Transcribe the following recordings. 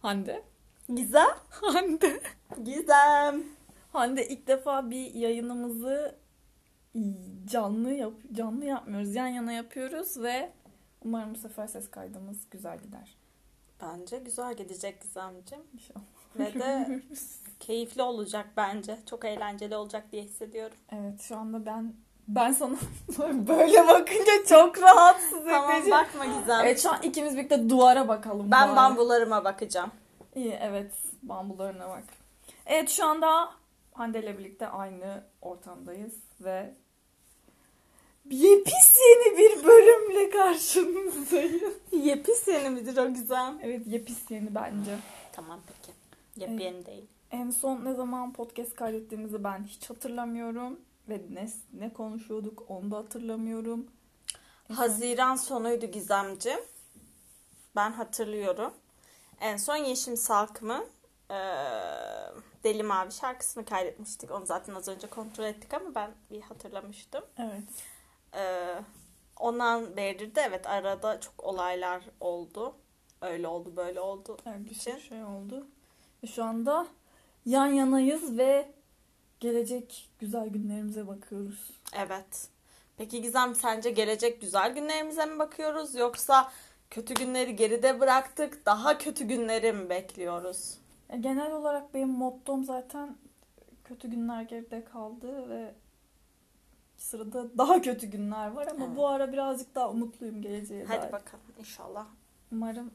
Hande. Gizem. Hande. Gizem. Hande ilk defa bir yayınımızı canlı yapmıyoruz. Yan yana yapıyoruz ve umarım bu sefer ses kaydımız güzel gider. Bence güzel gidecek Gizemciğim. İnşallah. Ve de keyifli olacak bence. Çok eğlenceli olacak diye hissediyorum. Evet, şu anda ben sana böyle bakınca çok rahatsız edici. Tamam, bakma Gizem. Evet, şu an ikimiz birlikte duvara bakalım. Ben bambularıma bakacağım. İyi, evet, bambularına bak. Evet, şu anda Hande ile birlikte aynı ortamdayız ve yepyeni bir bölümle karşınızdayız. Yepyeni midir o Gizem? Evet, yepyeni bence. Tamam peki. Yepyeni değil. En son ne zaman podcast kaydettiğimizi ben hiç hatırlamıyorum. Ve ne konuşuyorduk onu da hatırlamıyorum. Haziran sonuydu Gizemciğim. Ben hatırlıyorum. En son Yeşim Salkım'ın Deli Mavi şarkısını kaydetmiştik. Onu zaten az önce kontrol ettik ama ben bir hatırlamıştım. Evet. Ondan beridir de evet arada çok olaylar oldu. Öyle oldu böyle oldu. Evet, bir şey oldu. Şu anda yan yanayız ve gelecek güzel günlerimize bakıyoruz. Evet. Peki Gizem, sence gelecek güzel günlerimize mi bakıyoruz yoksa kötü günleri geride bıraktık, daha kötü günleri mi bekliyoruz? Genel olarak benim mottom zaten kötü günler geride kaldı ve sırada daha kötü günler var ama Evet. bu ara birazcık daha umutluyum geleceğe dair. Hadi bakalım inşallah. Umarım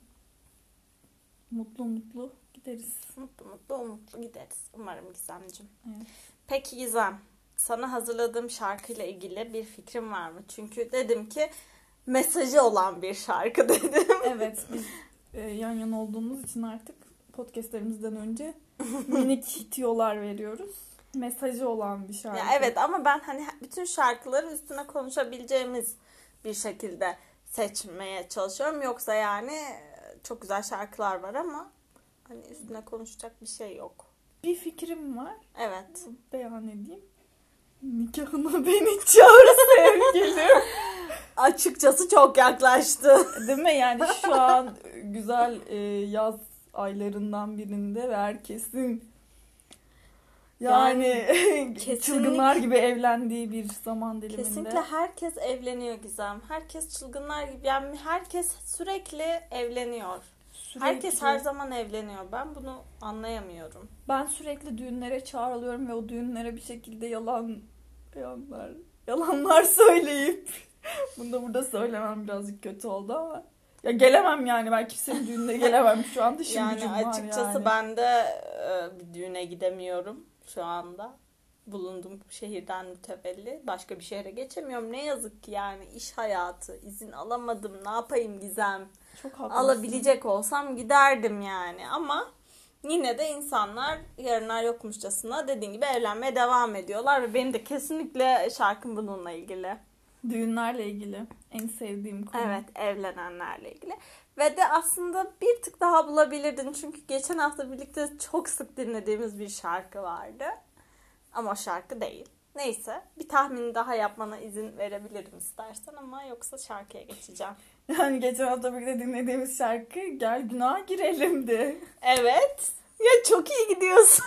mutlu gideriz. Mutlu gideriz. Umarım Gizemciğim. Evet. Peki Gizem, sana hazırladığım şarkıyla ilgili bir fikrim var mı? Çünkü dedim ki mesajı olan bir şarkı dedim. Evet, biz yan yana olduğumuz için artık podcastlerimizden önce minik tiyolar veriyoruz. Mesajı olan bir şarkı. Ya evet, ama ben hani bütün şarkıları üstüne konuşabileceğimiz bir şekilde seçmeye çalışıyorum. Yoksa yani çok güzel şarkılar var ama hani üstüne konuşacak bir şey yok. Bir fikrim var. Evet. Beyan edeyim. Nikahına beni çağır sevgilim. Açıkçası çok yaklaştı. Değil mi? Yani şu an güzel yaz aylarından birinde ve herkesin yani çılgınlar gibi evlendiği bir zaman diliminde. Kesinlikle herkes evleniyor Gizem. Herkes çılgınlar gibi. Yani herkes sürekli evleniyor. Herkes her zaman evleniyor. Ben bunu anlayamıyorum. Ben sürekli düğünlere çağrılıyorum ve o düğünlere bir şekilde yalanlar söyleyip bunu da burada söylemem birazcık kötü oldu ama ya gelemem yani, ben kimsenin düğününe gelemem şu anda. Yani açıkçası ben de bir düğüne gidemiyorum şu anda. Bulunduğum şehirden mütevelli başka bir şehre geçemiyorum. Ne yazık ki yani iş hayatı, izin alamadım. Ne yapayım Gizem? Çok haklısın. Alabilecek olsam giderdim yani ama yine de insanlar yarınlar yokmuşçasına dediğin gibi evlenmeye devam ediyorlar ve benim de kesinlikle şarkım bununla ilgili. Düğünlerle ilgili en sevdiğim konu. Evet, evlenenlerle ilgili. Ve de aslında bir tık daha bulabilirdin. Çünkü geçen hafta birlikte çok sık dinlediğimiz bir şarkı vardı. Ama o şarkı değil. Neyse, bir tahmin daha yapmana izin verebilirim istersen ama yoksa şarkıya geçeceğim. Yani geçen hafta birlikte dinlediğimiz şarkı Gel Günaha Girelim'di. Evet. Ya çok iyi gidiyorsun.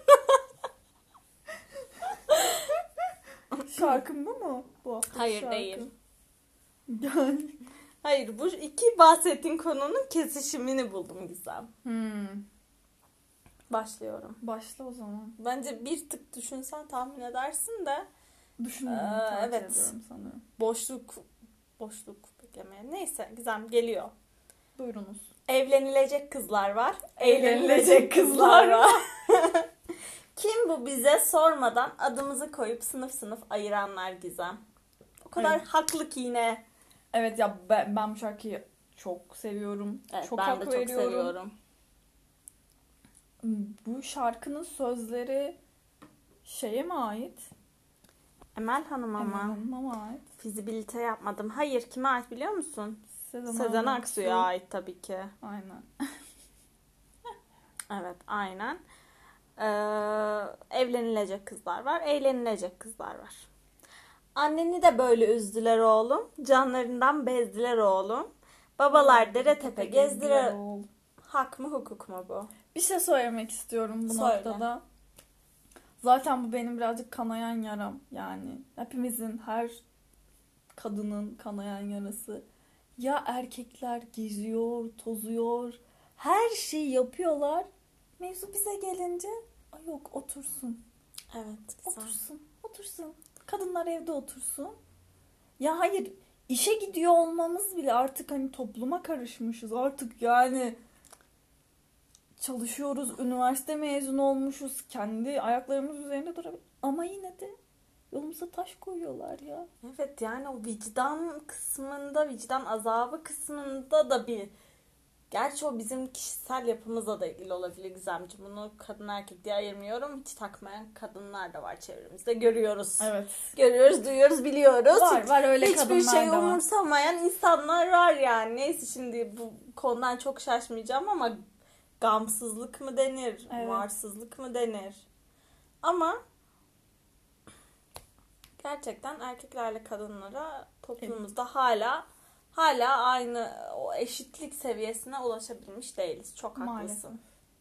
Şarkım bu mu? Bu hafta Hayır, şarkı. değil. Yani. Hayır, bu iki bahsettiğin konunun kesişimini buldum Gizem. Başlıyorum. Başla o zaman. Bence bir tık düşünsen tahmin edersin de. Düşünüyorum, tercih evet. ediyorum sanırım. Boşluk beklemeye. Neyse Gizem geliyor. Buyurunuz. Evlenilecek kızlar var. Eğlenilecek kızlar var. Kim bu bize sormadan adımızı koyup sınıf sınıf ayıranlar Gizem? O kadar Evet. haklı ki yine. Evet ya, ben bu şarkıyı çok seviyorum. Evet, çok ben hak de çok veriyorum. seviyorum. Bu şarkının sözleri şeye mi ait? Emel Hanım'a Emel mı? Hanım'a mı ait? Fizibilite yapmadım. Hayır, kime ait biliyor musun? Sezen Sezen Aksu'ya ait tabii ki. Aynen. Evet, aynen. Evlenilecek kızlar var, eğlenilecek kızlar var. Anneni de böyle üzdüler oğlum, canlarından bezdiler oğlum. Babalar dere tepe gezdiler. Hak mı hukuk mu bu? Bir şey söylemek istiyorum bu Söyle. noktada. Zaten bu benim birazcık kanayan yaram. Yani hepimizin, her kadının kanayan yarası. Ya erkekler geziyor, tozuyor, her şeyi yapıyorlar. Mevzu bize gelince ay yok otursun. Evet, güzel. Otursun. Kadınlar evde otursun. Ya hayır, işe gidiyor olmamız bile artık hani topluma karışmışız. Artık yani çalışıyoruz, üniversite mezunu olmuşuz, kendi ayaklarımız üzerinde durabiliyoruz. Ama yine de yolumuza taş koyuyorlar ya. Evet, yani o vicdan kısmında, vicdan azabı kısmında da bir... Gerçi o bizim kişisel yapımızla da ilgili olabilir Gizemciğim. Bunu kadın erkek diye ayırmıyorum. Hiç takmayan kadınlar da var çevremizde. Görüyoruz. Evet. Görüyoruz, duyuyoruz, biliyoruz. Var öyle Hiçbir kadınlar şey da var. umursamayan insanlar var yani. Neyse, şimdi bu konudan çok şaşmayacağım ama gamsızlık mı denir? Evet. Varsızlık mı denir? Ama gerçekten erkeklerle kadınlara toplumumuzda hala aynı o eşitlik seviyesine ulaşabilmiş değiliz. Çok haklısın. Maalesef.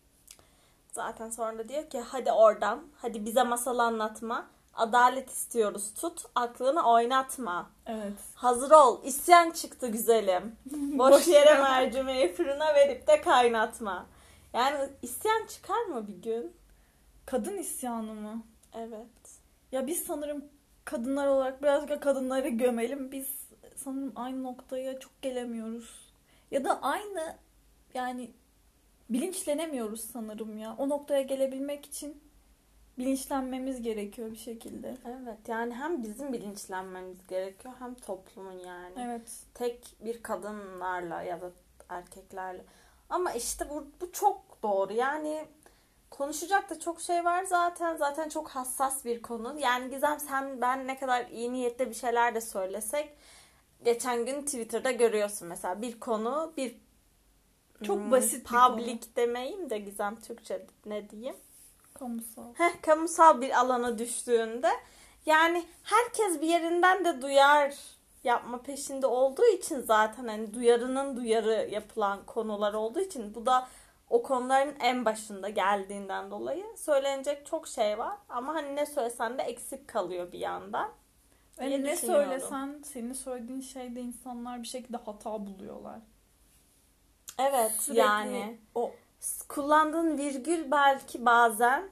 Zaten sonra da diyor ki hadi oradan, hadi bize masal anlatma. Adalet istiyoruz, tut, aklını oynatma. Evet. Hazır ol, isyan çıktı güzelim. Boş yere mercimeği fırına verip de kaynatma. Yani isyan çıkar mı bir gün? Kadın isyanı mı? Evet. Ya biz sanırım kadınlar olarak birazcık da kadınları gömelim. Biz sanırım aynı noktaya çok gelemiyoruz. Ya da aynı yani bilinçlenemiyoruz sanırım ya. O noktaya gelebilmek için bilinçlenmemiz gerekiyor bir şekilde. Evet, yani hem bizim bilinçlenmemiz gerekiyor hem toplumun yani. Evet. Tek bir kadınlarla ya da erkeklerle. Ama işte bu çok doğru. Yani konuşacak da çok şey var zaten. Zaten çok hassas bir konu. Yani Gizem, sen ben ne kadar iyi niyetle bir şeyler de söylesek, geçen gün Twitter'da görüyorsun mesela bir konu, bir Çok basit bir public demeyeyim de Gizem, Türkçe ne diyeyim? Kamusal. Kamusal bir alana düştüğünde yani herkes bir yerinden de duyar yapma peşinde olduğu için, zaten hani duyarının duyarı yapılan konular olduğu için, bu da o konuların en başında geldiğinden dolayı söylenecek çok şey var ama hani ne söylesen de eksik kalıyor bir yandan. Yani ne söylesen, senin söylediğin şeyde insanlar bir şekilde hata buluyorlar. Evet, Sürekli yani o kullandığın virgül belki bazen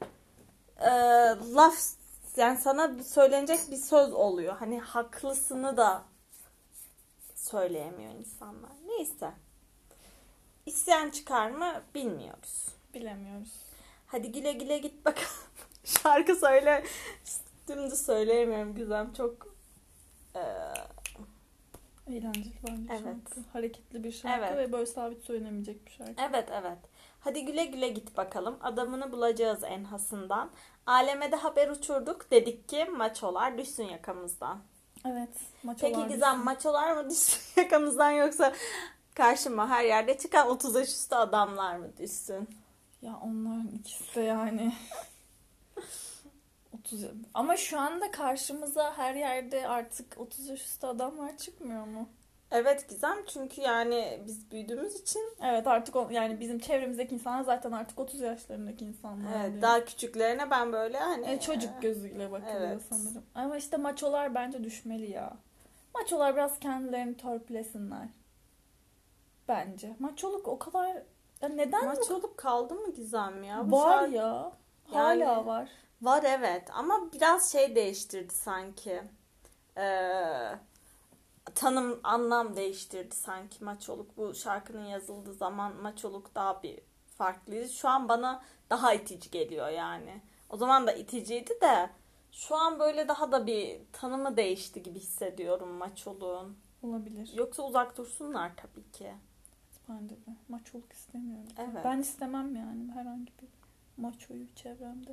laf, yani sana söylenecek bir söz oluyor. Hani haklısını da söyleyemiyor insanlar. Neyse. İsyan çıkar mı bilmiyoruz. bilemiyoruz. Hadi güle güle git bakalım. Şarkı söyle. Dümdüz söyleyemiyorum Güzem. Çok Eğlenceli bence evet. şarkı. Hareketli bir şarkı Evet. ve böyle sabit söylenemeyecek bir şarkı. Evet. Hadi güle güle git bakalım. Adamını bulacağız en hasından. Aleme de haber uçurduk. Dedik ki maçolar düşsün yakamızdan. Evet. Peki Gizem, maçolar mı düşsün yakamızdan, yoksa karşıma her yerde çıkan 30 yaş üstü adamlar mı düşsün? Ya onların ikisi de yani 30 ama şu anda karşımıza her yerde artık 30 yaş üstü adamlar çıkmıyor mu? Evet Gizem, çünkü yani biz büyüdüğümüz için. Evet, artık yani bizim çevremizdeki insanlar zaten artık 30 yaşlarındaki insanlar Evet, oluyor. daha küçüklerine ben böyle hani çocuk gözüyle bakılıyor evet. sanırım. Ama işte maçolar bence düşmeli ya. Maçolar biraz kendilerini törpülesinler. Bence. Maçoluk o kadar... Ya neden maçoluk kaldı mı Gizem ya? var ya. Hala Yani var. Var evet, ama biraz şey değiştirdi sanki. Anlam değiştirdi sanki maçoluk. Bu şarkının yazıldığı zaman maçoluk daha bir farklıydı. Şu an bana daha itici geliyor yani. O zaman da iticiydi de şu an böyle daha da bir tanımı değişti gibi hissediyorum maçoluğun. Olabilir. Yoksa uzak dursunlar tabii ki. Bence de. Maçoluk istemiyorum. Evet. Ben istemem yani herhangi bir maçoyu çevremde.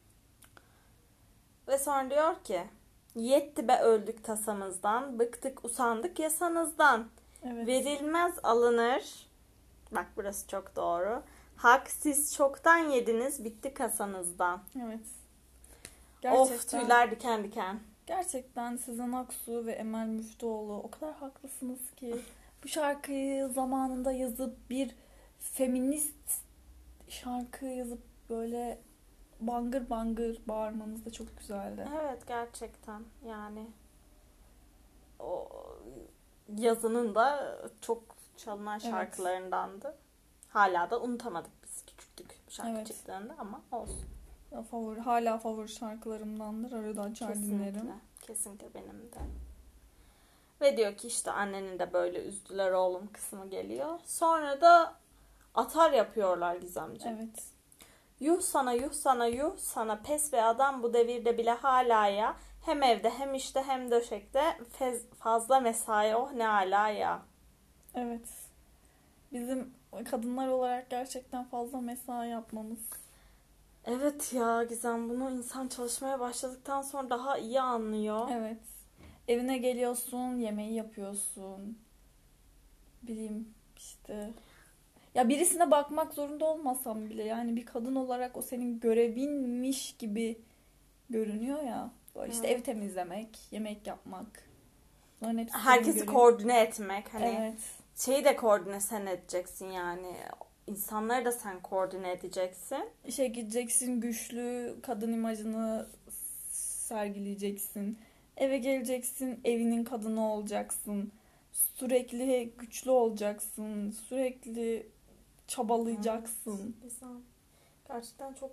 Ve sonra diyor ki, yetti be öldük tasamızdan, bıktık usandık yasanızdan. Evet. Verilmez alınır. Bak burası çok doğru. Hak siz çoktan yediniz, bitti kasanızdan. Evet. Of, tüyler diken diken. Gerçekten Sezen Aksu ve Emel Müftüoğlu o kadar haklısınız ki bu şarkıyı zamanında yazıp bir feminist şarkı yazıp böyle bangır bangır bağırmanız da çok güzeldi. Evet, gerçekten yani o yazının da çok çalınan şarkılarındandı. Hala da unutamadık biz küçüklük bu şarkı çıktığında ama olsun. Ya hala favori şarkılarımdandır. Arada açar dinlerim. Kesinlikle benim de. Ve diyor ki işte annenin de böyle üzdüler oğlum kısmı geliyor. Sonra da atar yapıyorlar Gizemciğim. Evet. Yuh sana yuh sana yuh sana pes ve adam bu devirde bile hala ya. Hem evde hem işte hem döşekte fazla mesai oh ne ala ya. Evet. Bizim kadınlar olarak gerçekten fazla mesai yapmamız. Evet ya Gizem, bunu insan çalışmaya başladıktan sonra daha iyi anlıyor. Evet. Evine geliyorsun, yemeği yapıyorsun. Bileyim işte. Ya birisine bakmak zorunda olmasam bile yani bir kadın olarak o senin görevinmiş gibi görünüyor ya. Böyle işte ev temizlemek, yemek yapmak. Herkesi koordine etmek. Hani evet. Şeyi de koordine sen edeceksin yani. İnsanları da sen koordine edeceksin. İşe gideceksin, güçlü kadın imajını sergileyeceksin. Eve geleceksin, evinin kadını olacaksın. Sürekli güçlü olacaksın. Sürekli çabalayacaksın. Güzel. Gerçekten çok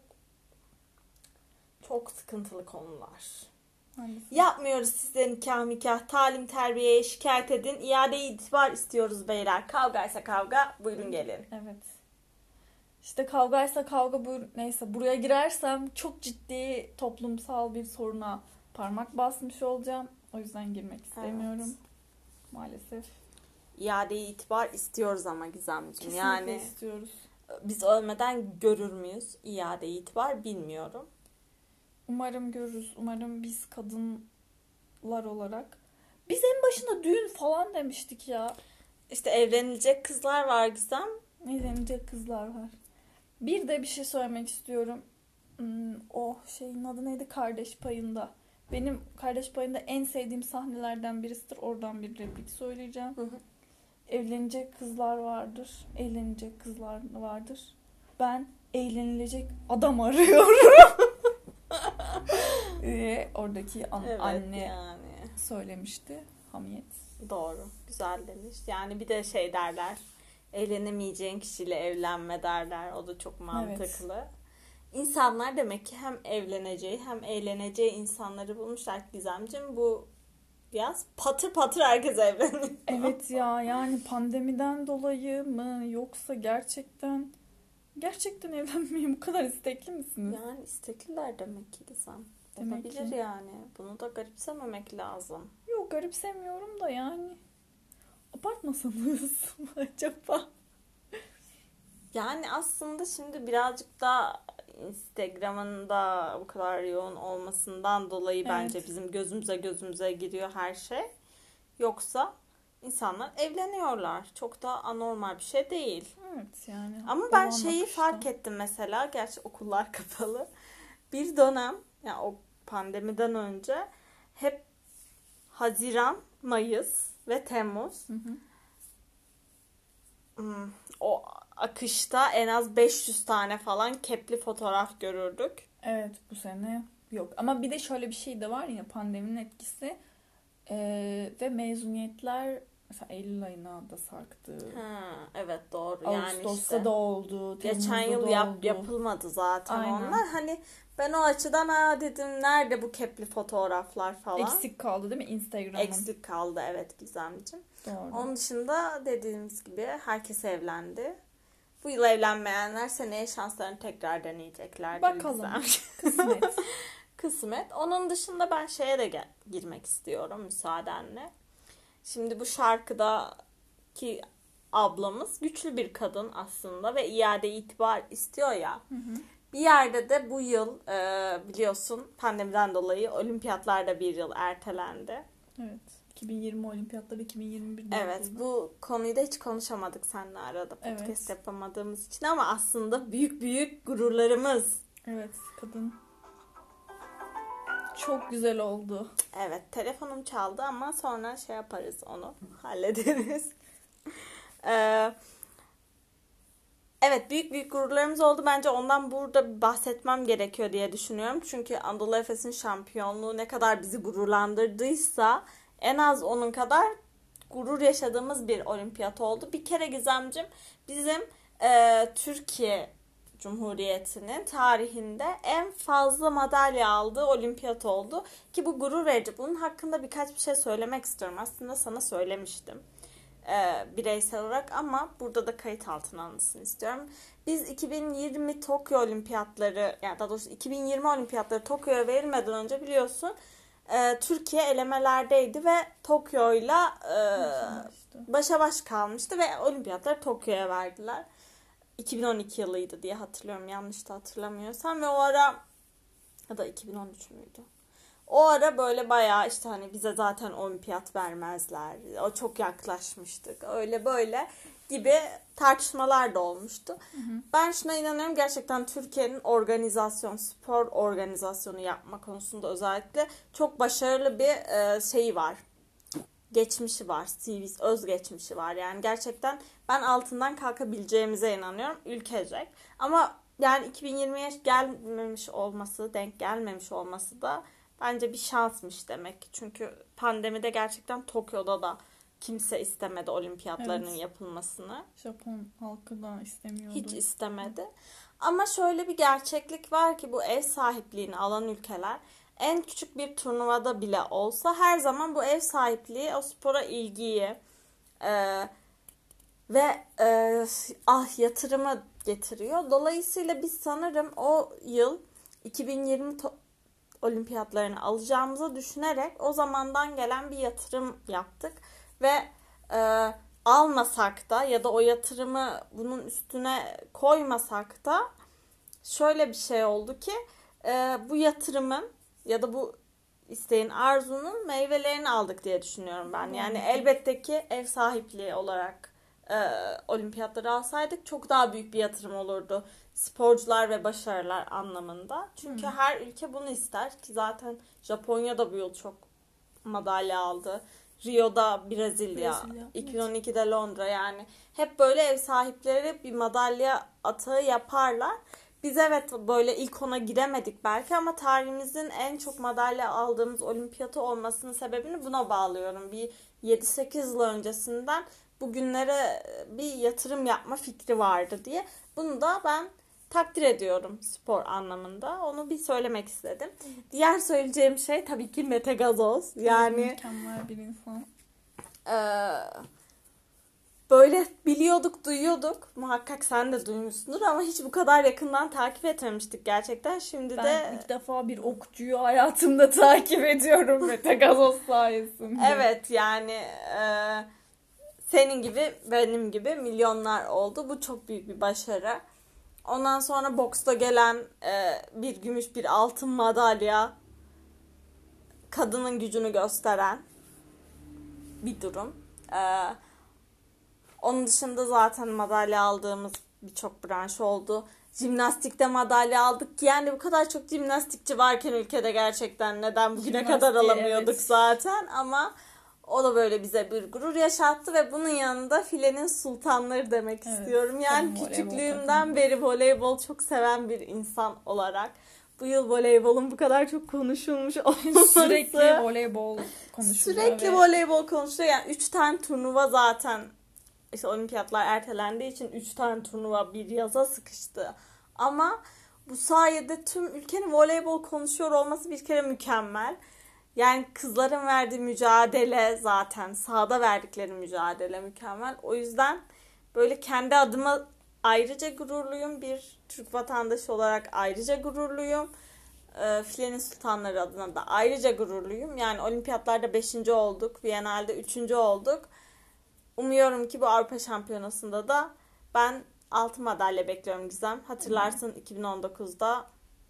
çok sıkıntılı konular. Hangisi? Yapmıyoruz size nikah, talim terbiyeye şikayet edin. İade itibar istiyoruz beyler. Kavgaysa kavga, buyurun gelin. Evet. İşte kavgaysa kavga buyurun. Neyse buraya girersem çok ciddi toplumsal bir soruna parmak basmış olacağım. O yüzden girmek istemiyorum. Evet. Maalesef. İade itibar istiyoruz ama Gizemciğim. Kesinlikle yani istiyoruz. Biz ölmeden görür müyüz iade itibar bilmiyorum. Umarım görürüz. Umarım biz kadınlar olarak. Biz en başında düğün falan demiştik ya. İşte evlenilecek kızlar var Gizem. Evlenecek kızlar var. Bir de bir şey söylemek istiyorum. O şeyin adı neydi? Kardeş Payı'nda. Benim Kardeş Payı'nda en sevdiğim sahnelerden birisidir. Oradan bir replik söyleyeceğim. Hı hı. Evlenecek kızlar vardır. Eğlenecek kızlar vardır. Ben eğlenilecek adam arıyorum. Oradaki anne yani söylemişti. Hamiyet. Doğru. Güzel demiş. Yani bir de şey derler. Eğlenemeyeceğin kişiyle evlenme derler. O da çok mantıklı. Evet. İnsanlar demek ki hem evleneceği hem eğleneceği insanları bulmuşlar Gizemciğim. Bu yaz patır patır herkes evleniyor. Evet ya, yani pandemiden dolayı mı yoksa gerçekten evlenmeye bu kadar istekli misiniz? Yani istekliler demek ki Gizem. Demek olabilir ki. Yani. Bunu da garipsememek lazım. Yok, garipsemiyorum da yani. Abartmasanız mı acaba? Yani aslında şimdi birazcık da Instagram'ın da bu kadar yoğun olmasından dolayı bence bizim gözümüze giriyor her şey. Yoksa insanlar evleniyorlar. Çok da anormal bir şey değil. Evet yani. Ama ben şeyi fark ettim mesela. Gerçi okullar kapalı. Bir dönem yani o pandemiden önce hep Haziran, Mayıs ve Temmuz o akışta en az 500 tane falan kepli fotoğraf görürdük. Evet, bu sene yok. Ama bir de şöyle bir şey de var ya, pandeminin etkisi ve mezuniyetler mesela Eylül ayına da sarktı. Evet doğru. Ağustos'ta yani işte, da oldu. Geçen yıl yapılmadı zaten. Aynen. Onlar. Hani ben o açıdan dedim nerede bu kepli fotoğraflar falan. Eksik kaldı değil mi Instagram'ın? Eksik kaldı evet Gizemciğim. Doğru. Onun dışında dediğimiz gibi herkes evlendi. Bu yıl evlenmeyenler seneye şanslarını tekrar deneyecekler. Bakalım. Kısmet. Kısmet. Onun dışında ben şeye de girmek istiyorum müsaadenle. Şimdi bu şarkıdaki ablamız güçlü bir kadın aslında ve iade itibar istiyor ya. Hı hı. Bir yerde de bu yıl biliyorsun pandemiden dolayı olimpiyatlar da bir yıl ertelendi. Evet. 2020 olimpiyatları 2021'de. Evet, bu konuyu da hiç konuşamadık seninle arada podcast yapamadığımız için ama aslında büyük büyük gururlarımız. Evet, kadın. Çok güzel oldu. Evet, telefonum çaldı ama sonra şey yaparız, onu hallederiz. Evet, büyük büyük gururlarımız oldu. Bence ondan burada bahsetmem gerekiyor diye düşünüyorum. Çünkü Anadolu Efes'in şampiyonluğu ne kadar bizi gururlandırdıysa en az onun kadar gurur yaşadığımız bir olimpiyat oldu. Bir kere Gizemcim, bizim Türkiye Cumhuriyeti'nin tarihinde en fazla madalya aldığı olimpiyat oldu. Ki bu gurur verici. Bunun hakkında birkaç bir şey söylemek istiyorum. Aslında sana söylemiştim. Bireysel olarak, ama burada da kayıt altına alınsın istiyorum. Biz 2020 Tokyo Olimpiyatları, yani daha doğrusu 2020 Olimpiyatları Tokyo'ya verilmeden önce biliyorsun Türkiye elemelerdeydi ve Tokyo'yla başa baş kalmıştı ve olimpiyatları Tokyo'ya verdiler. 2012 yılıydı diye hatırlıyorum, yanlış da hatırlamıyorsam, ve o ara, ya da 2013 müydü? O ara böyle bayağı işte hani bize zaten olimpiyat vermezler, o çok yaklaşmıştık, öyle böyle gibi tartışmalar da olmuştu. Hı hı. Ben şuna inanıyorum, gerçekten Türkiye'nin spor organizasyonu yapma konusunda özellikle çok başarılı bir şeyi var. Geçmişi var, CV'si, özgeçmişi var. Yani gerçekten ben altından kalkabileceğimize inanıyorum ülkecek. Ama yani 2020'ye denk gelmemiş olması da bence bir şansmış demek ki. Çünkü pandemide gerçekten Tokyo'da da kimse istemedi olimpiyatlarının yapılmasını. Japon halkı da istemiyordu. Hiç istemedi. Ama şöyle bir gerçeklik var ki bu ev sahipliğini alan ülkeler en küçük bir turnuvada bile olsa her zaman bu ev sahipliği o spora ilgiyi ve yatırımı getiriyor. Dolayısıyla biz sanırım o yıl 2020 olimpiyatlarını alacağımızı düşünerek o zamandan gelen bir yatırım yaptık ve almasak da ya da o yatırımı bunun üstüne koymasak da şöyle bir şey oldu ki bu yatırımın ya da bu isteğin, arzunun meyvelerini aldık diye düşünüyorum ben. Yani elbette ki ev sahipliği olarak olimpiyatları alsaydık çok daha büyük bir yatırım olurdu. Sporcular ve başarılar anlamında. Çünkü her ülke bunu ister ki zaten Japonya da bu yıl çok madalya aldı. Rio'da Brezilya 2012'de Londra, yani hep böyle ev sahipleri bir madalya atağı yaparlar. Biz evet böyle ilk ona giremedik belki ama tarihimizin en çok madalya aldığımız olimpiyatı olmasının sebebini buna bağlıyorum. Bir 7-8 yıl öncesinden bugünlere bir yatırım yapma fikri vardı diye. Bunu da ben takdir ediyorum spor anlamında. Onu bir söylemek istedim. Diğer söyleyeceğim şey tabii ki Mete Gazoz. Yani mükemmel bir insan. Böyle biliyorduk, duyuyorduk. Muhakkak sen de duymuşsundur ama hiç bu kadar yakından takip etmemiştik gerçekten. Şimdi ben ilk defa bir okçuyu hayatımda takip ediyorum Mete Gazoz sayesinde. Evet, yani senin gibi, benim gibi milyonlar oldu. Bu çok büyük bir başarı. Ondan sonra boksta gelen bir gümüş, bir altın madalya, kadının gücünü gösteren bir durum. Onun dışında zaten madalya aldığımız birçok branş oldu. Jimnastikte madalya aldık ki yani bu kadar çok jimnastikçi varken ülkede gerçekten neden bugüne kadar alamıyorduk zaten, ama o da böyle bize bir gurur yaşattı ve bunun yanında filenin sultanları demek istiyorum. Yani küçüklüğümden beri voleybol çok seven bir insan olarak bu yıl voleybolun bu kadar çok konuşulmuş olması. Sürekli voleybol konuşuluyor. Voleybol konuşuluyor. Yani 3 tane turnuva zaten işte olimpiyatlar ertelendiği için 3 tane turnuva bir yaza sıkıştı. Ama bu sayede tüm ülkenin voleybol konuşuyor olması bir kere mükemmel. Yani kızların verdiği mücadele, zaten sahada verdikleri mücadele mükemmel. O yüzden böyle kendi adıma ayrıca gururluyum. Bir Türk vatandaşı olarak ayrıca gururluyum. Filenin sultanları adına da ayrıca gururluyum. Yani olimpiyatlarda 5. olduk. Biennale'de 3. olduk. Umuyorum ki bu Avrupa Şampiyonası'nda da ben altın madalya bekliyorum Gizem. Hatırlarsın 2019'da.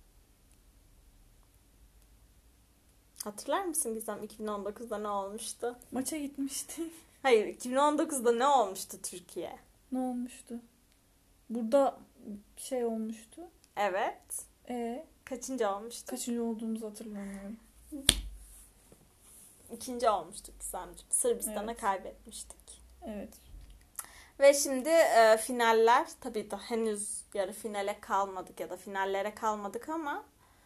Hatırlar mısın Gizem 2019'da ne olmuştu? Maça gitmişti. Hayır, 2019'da ne olmuştu Türkiye? Ne olmuştu? Burada şey olmuştu. Evet. Kaçıncı olmuştu? Kaçıncı olduğumuzu hatırlamıyorum. 2. olmuştuk Gizemciğim. Sırbistan'a kaybetmiştik. Evet. Ve şimdi finaller, tabii da henüz yarı finale kalmadık ya da finallere kalmadık ama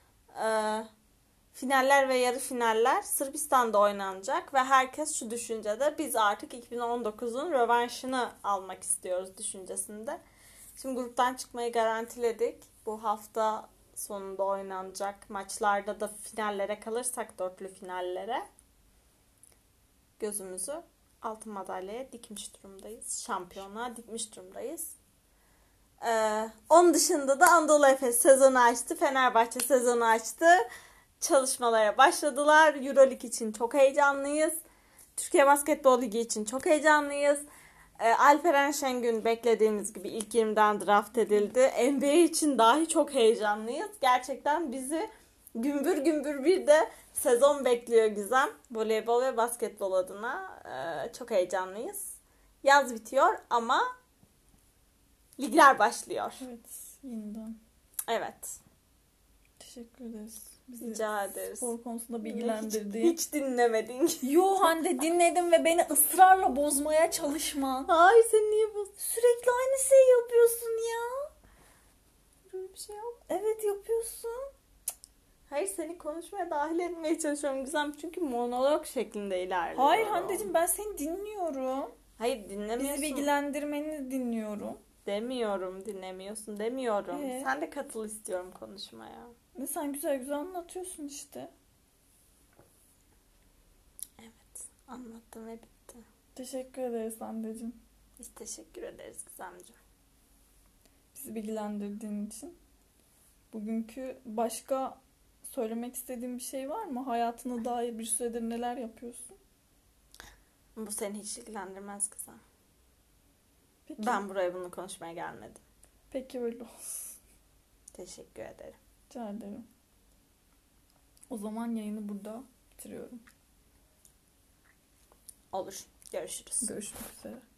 finaller ve yarı finaller Sırbistan'da oynanacak ve herkes şu düşüncede, biz artık 2019'un rövanşını almak istiyoruz düşüncesinde. Şimdi gruptan çıkmayı garantiledik. Bu hafta sonunda oynanacak maçlarda da finallere kalırsak, dörtlü finallere, gözümüzü altın madalyaya dikmiş durumdayız. Şampiyonluğa dikmiş durumdayız. Onun dışında da Anadolu Efes sezonu açtı. Fenerbahçe sezonu açtı. Çalışmalara başladılar. Euroleague için çok heyecanlıyız. Türkiye Basketbol Ligi için çok heyecanlıyız. Alperen Şengün beklediğimiz gibi ilk 20'den draft edildi. NBA için dahi çok heyecanlıyız. Gerçekten bizi gümbür gümbür bir de sezon bekliyor Gizem. Voleybol ve basketbol adına çok heyecanlıyız. Yaz bitiyor ama ligler başlıyor. Evet, yeniden. Evet. Teşekkür ederiz. Bizi Rica ederiz. spor konusunda bilgilendirdiğin. Hiç dinlemedin. Yo Hande, dinledim ve beni ısrarla bozmaya çalışma. Hayır, sen niye bozdun? Sürekli aynı şeyi yapıyorsun ya. Böyle bir şey yok. Evet, yapıyorsun. Hayır, seni konuşmaya dahil etmeye çalışıyorum Gizem. Çünkü monolog şeklinde ilerliyor. Hayır Hande'cim, ben seni dinliyorum. Hayır, dinlemiyorsun. Bizi bilgilendirmeni dinliyorum. Demiyorum, dinlemiyorsun demiyorum. Ee? Sen de katıl istiyorum konuşmaya. Ve sen güzel güzel anlatıyorsun işte. Evet, anlattım ve bitti. Teşekkür ederiz Hande'cim. Biz teşekkür ederiz Gizemciğim. Bizi bilgilendirdiğin için. Bugünkü başka söylemek istediğin bir şey var mı? Hayatına dair bir süredir neler yapıyorsun? Bu seni hiç ilgilendirmez Gizem. Peki. Ben buraya bunu konuşmaya gelmedim. Peki, öyle olsun. Teşekkür ederim. Rica ederim. O zaman yayını burada bitiriyorum. Olur. Görüşürüz. Görüşmek üzere.